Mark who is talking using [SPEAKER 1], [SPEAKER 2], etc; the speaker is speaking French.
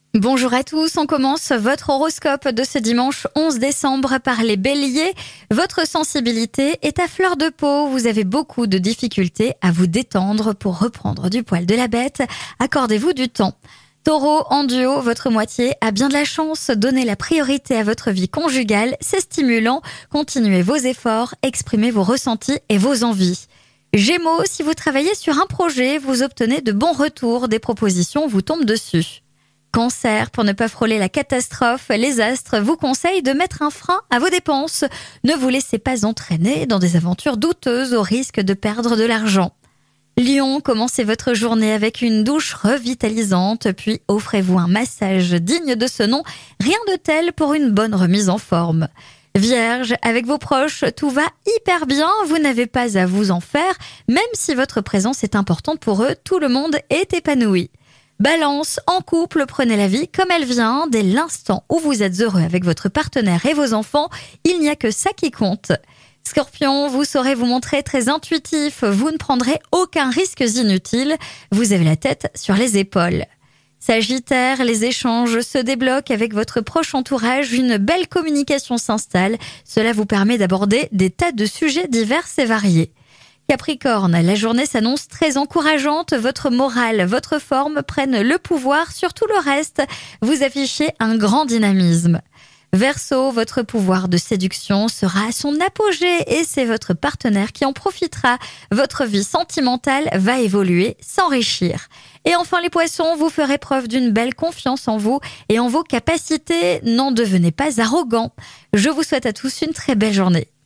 [SPEAKER 1] Bonjour à tous, on commence votre horoscope de ce dimanche 11 décembre par les béliers. Votre sensibilité est à fleur de peau, vous avez beaucoup de difficultés à vous détendre pour reprendre du poil de la bête. Accordez-vous du temps. Taureau, en duo, votre moitié a bien de la chance. Donnez la priorité à votre vie conjugale, c'est stimulant. Continuez vos efforts, exprimez vos ressentis et vos envies. Gémeaux, si vous travaillez sur un projet, vous obtenez de bons retours, des propositions vous tombent dessus. Cancer, pour ne pas frôler la catastrophe, les astres vous conseillent de mettre un frein à vos dépenses. Ne vous laissez pas entraîner dans des aventures douteuses au risque de perdre de l'argent. Lion, commencez votre journée avec une douche revitalisante, puis offrez-vous un massage digne de ce nom, rien de tel pour une bonne remise en forme. Vierge, avec vos proches, tout va hyper bien, vous n'avez pas à vous en faire, même si votre présence est importante pour eux, tout le monde est épanoui. Balance, en couple, prenez la vie comme elle vient. Dès l'instant où vous êtes heureux avec votre partenaire et vos enfants, il n'y a que ça qui compte. Scorpion, vous saurez vous montrer très intuitif, vous ne prendrez aucun risque inutile, vous avez la tête sur les épaules. Sagittaire, les échanges se débloquent avec votre proche entourage, une belle communication s'installe, cela vous permet d'aborder des tas de sujets divers et variés. Capricorne, la journée s'annonce très encourageante, votre morale, votre forme prennent le pouvoir sur tout le reste, vous affichez un grand dynamisme. Verseau, votre pouvoir de séduction sera à son apogée et c'est votre partenaire qui en profitera. Votre vie sentimentale va évoluer, s'enrichir. Et enfin les poissons, vous ferez preuve d'une belle confiance en vous et en vos capacités, n'en devenez pas arrogant. Je vous souhaite à tous une très belle journée.